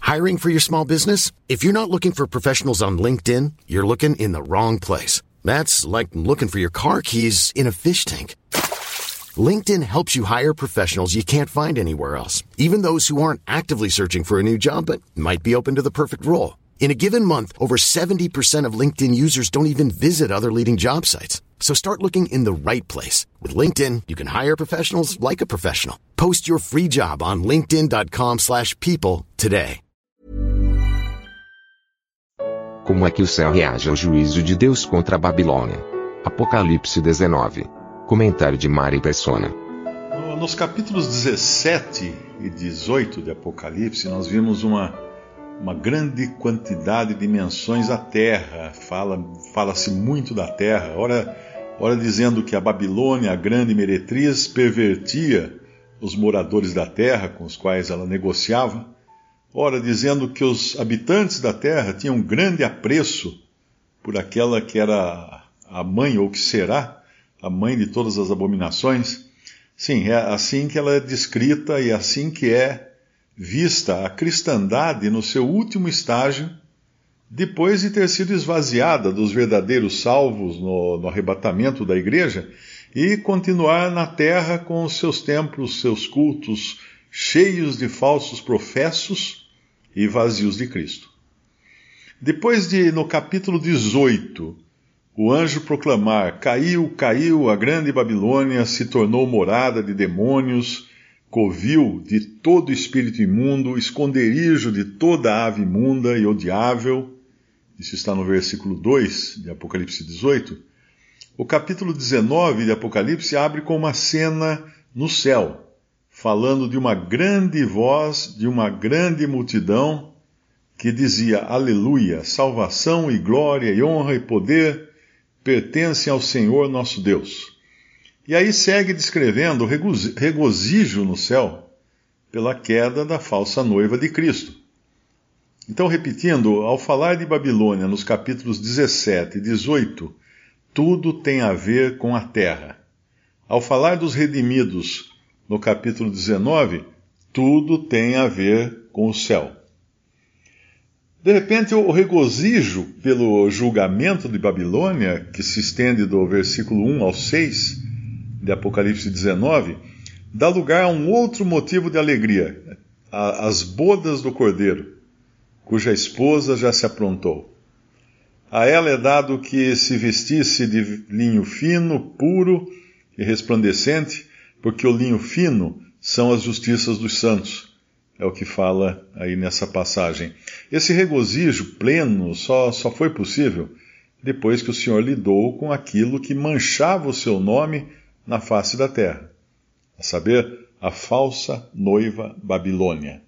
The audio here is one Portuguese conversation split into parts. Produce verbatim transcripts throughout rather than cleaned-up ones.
Hiring for your small business? If you're not looking for professionals on LinkedIn, you're looking in the wrong place. That's like looking for your car keys in a fish tank. LinkedIn helps you hire professionals you can't find anywhere else, even those who aren't actively searching for a new job but might be open to the perfect role. In a given month, over seventy percent of LinkedIn users don't even visit other leading job sites. So start looking in the right place. With LinkedIn, you can hire professionals like a professional. Post your free job on linkedin dot com slash people today. Como é que o céu reage ao juízo de Deus contra a Babilônia? Apocalipse dezenove. Comentário de Mari Persona. Nos capítulos dezessete e dezoito de Apocalipse, nós vimos uma, uma grande quantidade de menções à terra. Fala, fala-se muito da terra. Ora, ora dizendo que a Babilônia, a grande meretriz, pervertia os moradores da terra com os quais ela negociava. Ora, dizendo que os habitantes da terra tinham grande apreço por aquela que era a mãe, ou que será, a mãe de todas as abominações. Sim, é assim que ela é descrita e assim que é vista a cristandade no seu último estágio, depois de ter sido esvaziada dos verdadeiros salvos no, no arrebatamento da igreja e continuar na terra com os seus templos, seus cultos, cheios de falsos professos e vazios de Cristo. Depois de, no capítulo dezoito, o anjo proclamar: caiu, caiu, a grande Babilônia se tornou morada de demônios, covil de todo espírito imundo, esconderijo de toda ave imunda e odiável. Isso está no versículo dois de Apocalipse dezoito. O capítulo dezenove de Apocalipse abre com uma cena no céu, falando de uma grande voz, de uma grande multidão, que dizia: aleluia, salvação e glória e honra e poder pertencem ao Senhor nosso Deus. E aí segue descrevendo o regozijo no céu pela queda da falsa noiva de Cristo. Então, repetindo, ao falar de Babilônia nos capítulos dezessete e dezoito, tudo tem a ver com a terra. Ao falar dos redimidos no capítulo dezenove, tudo tem a ver com o céu. De repente, o regozijo pelo julgamento de Babilônia, que se estende do versículo um ao seis de Apocalipse dezenove, dá lugar a um outro motivo de alegria: as bodas do Cordeiro, cuja esposa já se aprontou. A ela é dado que se vestisse de linho fino, puro e resplandecente, porque o linho fino são as justiças dos santos. É o que fala aí nessa passagem. Esse regozijo pleno só, só foi possível depois que o Senhor lidou com aquilo que manchava o seu nome na face da terra, a saber, a falsa noiva Babilônia.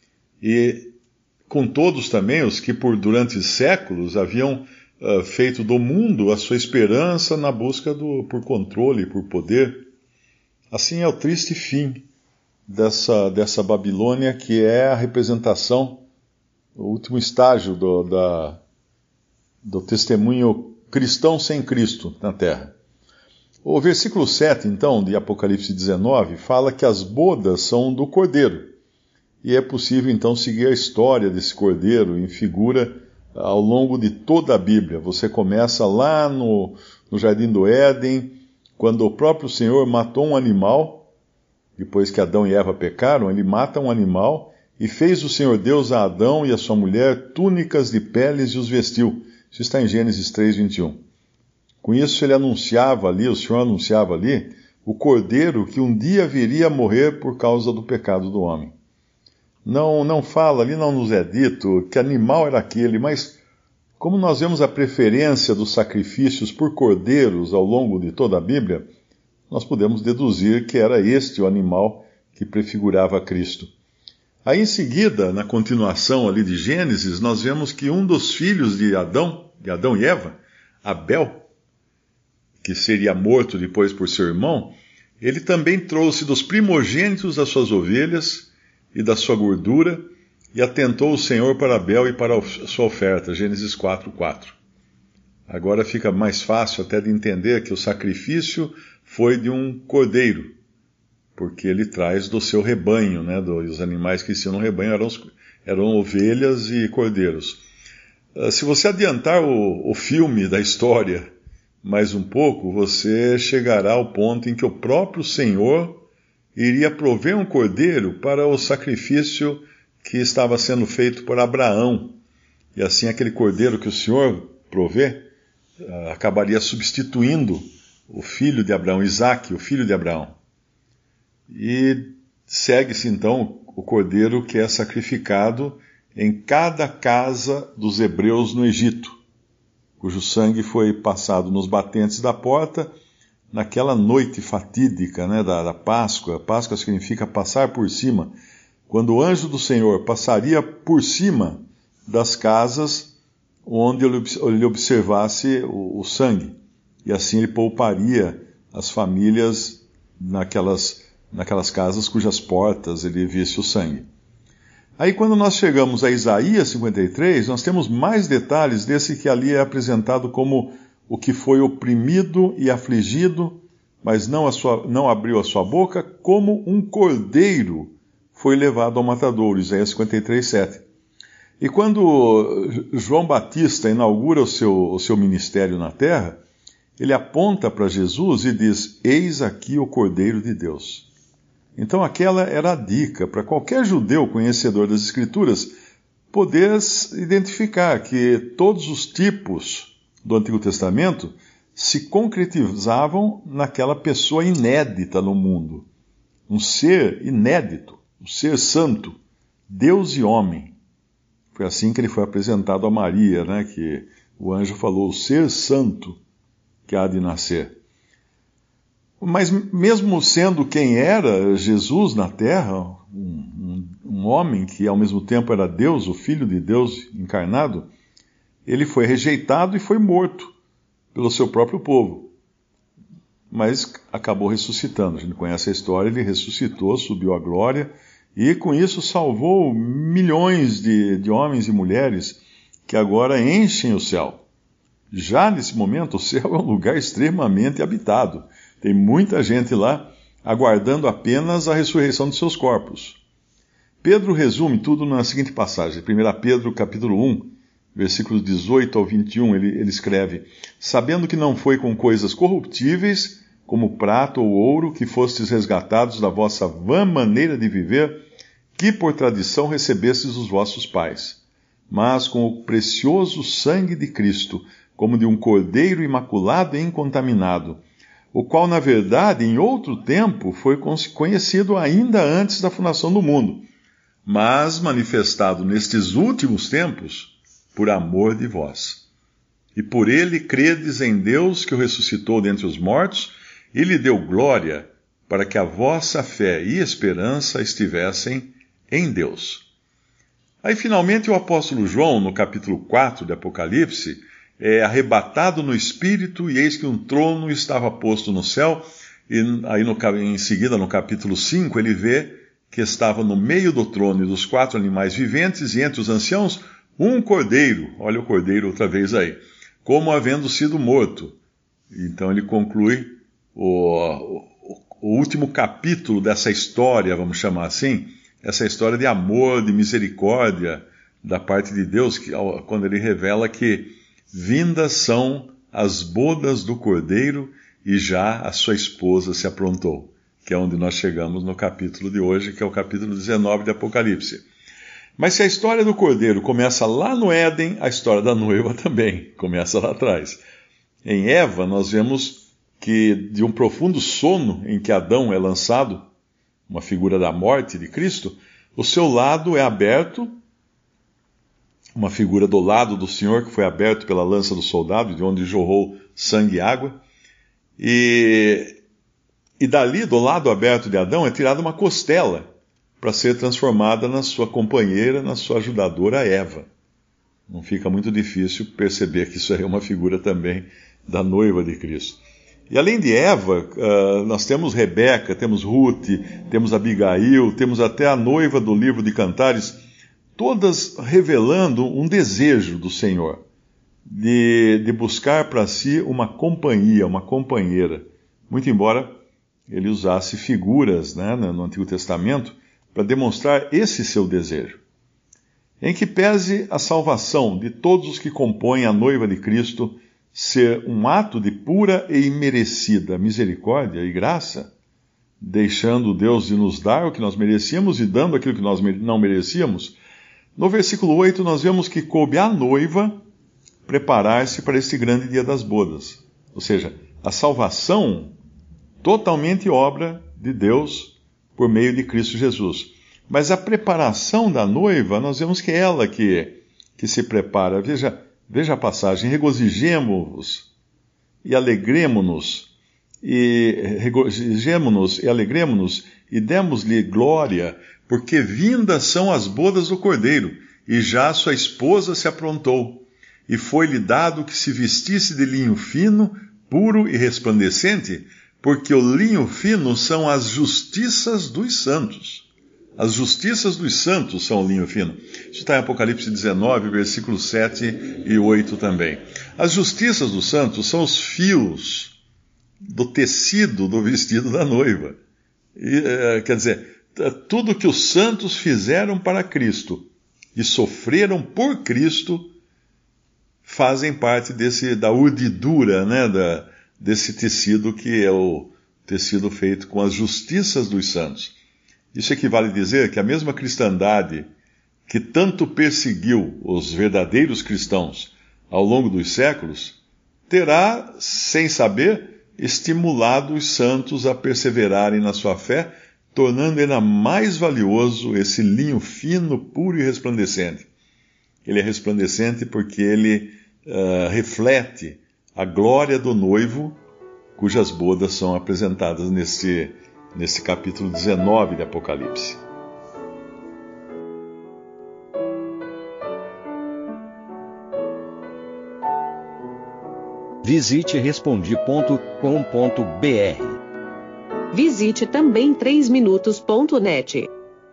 E com todos também os que por durante séculos haviam uh, feito do mundo a sua esperança na busca do, por controle, por poder. Assim é o triste fim Dessa, dessa Babilônia, que é a representação, o último estágio do, da, do testemunho cristão sem Cristo na terra. O versículo sete, então, de Apocalipse dezenove, fala que as bodas são do Cordeiro. E é possível, então, seguir a história desse Cordeiro em figura ao longo de toda a Bíblia. Você começa lá no, no Jardim do Éden, quando o próprio Senhor matou um animal. Depois que Adão e Eva pecaram, ele mata um animal e fez o Senhor Deus a Adão e a sua mulher túnicas de peles e os vestiu. Isso está em Gênesis três, vinte e um. Com isso ele anunciava ali, o Senhor anunciava ali, o Cordeiro que um dia viria a morrer por causa do pecado do homem. Não, não fala, ali não nos é dito que animal era aquele, mas como nós vemos a preferência dos sacrifícios por cordeiros ao longo de toda a Bíblia, nós podemos deduzir que era este o animal que prefigurava Cristo. Aí em seguida, na continuação ali de Gênesis, nós vemos que um dos filhos de Adão, de Adão e Eva, Abel, que seria morto depois por seu irmão, ele também trouxe dos primogênitos das suas ovelhas e da sua gordura, e atentou o Senhor para Abel e para a sua oferta, Gênesis quatro, quatro. Agora fica mais fácil até de entender que o sacrifício foi de um cordeiro, porque ele traz do seu rebanho, né, dos animais que existiam no rebanho eram os, eram ovelhas e cordeiros. Se você adiantar o, o filme da história mais um pouco, você chegará ao ponto em que o próprio Senhor iria prover um cordeiro para o sacrifício que estava sendo feito por Abraão. E assim aquele cordeiro que o Senhor provê acabaria substituindo o filho de Abraão, Isaque, o filho de Abraão. E segue-se então o cordeiro que é sacrificado em cada casa dos hebreus no Egito, cujo sangue foi passado nos batentes da porta naquela noite fatídica, né, da, da Páscoa. Páscoa significa passar por cima. Quando o anjo do Senhor passaria por cima das casas onde ele observasse o, o sangue, e assim ele pouparia as famílias naquelas, naquelas casas cujas portas ele visse o sangue. Aí quando nós chegamos a Isaías cinquenta e três, nós temos mais detalhes desse que ali é apresentado como o que foi oprimido e afligido, mas não, a sua, não abriu a sua boca, como um cordeiro foi levado ao matadouro, Isaías cinquenta e três, sete. E quando João Batista inaugura o seu, o seu ministério na terra, ele aponta para Jesus e diz: eis aqui o Cordeiro de Deus. Então aquela era a dica para qualquer judeu conhecedor das Escrituras poder identificar que todos os tipos do Antigo Testamento se concretizavam naquela pessoa inédita no mundo. Um ser inédito, um ser santo, Deus e homem. Foi assim que ele foi apresentado a Maria, né, que o anjo falou, o ser santo que há de nascer. Mas mesmo sendo quem era Jesus na terra, um, um, um homem que ao mesmo tempo era Deus, o Filho de Deus encarnado, ele foi rejeitado e foi morto pelo seu próprio povo. Mas acabou ressuscitando. A gente conhece a história, ele ressuscitou, subiu à glória, e com isso salvou milhões de, de homens e mulheres que agora enchem o céu. Já nesse momento, o céu é um lugar extremamente habitado. Tem muita gente lá aguardando apenas a ressurreição de seus corpos. Pedro resume tudo na seguinte passagem. primeira Pedro, capítulo um, versículos dezoito ao vinte e um, ele, ele escreve: sabendo que não foi com coisas corruptíveis, como prata ou ouro, que fostes resgatados da vossa vã maneira de viver, que por tradição recebestes os vossos pais, mas com o precioso sangue de Cristo, como de um cordeiro imaculado e incontaminado, o qual, na verdade, em outro tempo, foi conhecido ainda antes da fundação do mundo, mas manifestado nestes últimos tempos, por amor de vós. E por ele credes em Deus, que o ressuscitou dentre os mortos, e lhe deu glória, para que a vossa fé e esperança estivessem em Deus. Aí, finalmente, o apóstolo João, no capítulo quatro de Apocalipse, é arrebatado no Espírito, e eis que um trono estava posto no céu, e aí no, em seguida, no capítulo cinco, ele vê que estava no meio do trono e dos quatro animais viventes, e entre os anciãos, um cordeiro, olha o cordeiro outra vez aí, como havendo sido morto. Então ele conclui o, o, o último capítulo dessa história, vamos chamar assim, essa história de amor, de misericórdia da parte de Deus, que, quando ele revela que vindas são as bodas do Cordeiro e já a sua esposa se aprontou, que é onde nós chegamos no capítulo de hoje, que é o capítulo dezenove de Apocalipse. Mas se a história do Cordeiro começa lá no Éden, a história da noiva também começa lá atrás. Em Eva, nós vemos que de um profundo sono em que Adão é lançado, uma figura da morte de Cristo, o seu lado é aberto, uma figura do lado do Senhor que foi aberto pela lança do soldado, de onde jorrou sangue e água, e, e dali, do lado aberto de Adão, é tirada uma costela para ser transformada na sua companheira, na sua ajudadora Eva. Não fica muito difícil perceber que isso é uma figura também da noiva de Cristo. E além de Eva, uh, nós temos Rebeca, temos Ruth, temos Abigail, temos até a noiva do livro de Cantares, todas revelando um desejo do Senhor de, de buscar para si uma companhia, uma companheira. Muito embora ele usasse figuras, né, no Antigo Testamento para demonstrar esse seu desejo. em que pese a salvação de todos os que compõem a noiva de Cristo ser um ato de pura e imerecida misericórdia e graça, deixando Deus de nos dar o que nós merecíamos e dando aquilo que nós não merecíamos, no versículo oito nós vemos que coube à noiva preparar-se para este grande dia das bodas. Ou seja, a salvação totalmente obra de Deus por meio de Cristo Jesus. Mas a preparação da noiva, nós vemos que é ela que, que se prepara. Veja, veja a passagem: regozijemo-vos e alegremo-nos, e regozijemo-nos e alegremo-nos, e demos-lhe glória, porque vindas são as bodas do Cordeiro, e já sua esposa se aprontou, e foi-lhe dado que se vestisse de linho fino, puro e resplandecente, porque o linho fino são as justiças dos santos. As justiças dos santos são o linho fino. Isso está em Apocalipse dezenove, versículos sete e oito também. As justiças dos santos são os fios do tecido do vestido da noiva. E, é, quer dizer, tudo que os santos fizeram para Cristo e sofreram por Cristo fazem parte desse, da urdidura, né, da, desse tecido que é o tecido feito com as justiças dos santos. Isso equivale a dizer que a mesma cristandade que tanto perseguiu os verdadeiros cristãos ao longo dos séculos, terá, sem saber, estimulado os santos a perseverarem na sua fé, tornando ainda mais valioso esse linho fino, puro e resplandecente. Ele é resplandecente porque ele uh, reflete a glória do noivo, cujas bodas são apresentadas nesse, nesse capítulo dezenove de Apocalipse. Visite respondi ponto com ponto br. Visite também três minutos ponto net.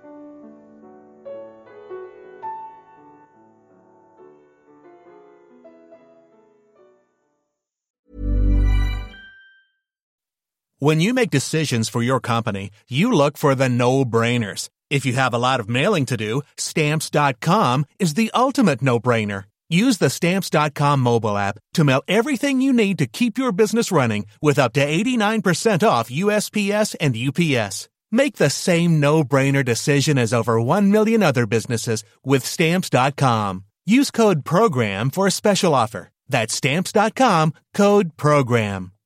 When you make decisions for your company, you look for the no-brainers. If you have a lot of mailing to do, Stamps dot com is the ultimate no-brainer. Use the Stamps dot com mobile app to mail everything you need to keep your business running with up to eighty-nine percent off U S P S and U P S. Make the same no-brainer decision as over one million other businesses with Stamps dot com. Use code PROGRAM for a special offer. That's Stamps dot com, code PROGRAM.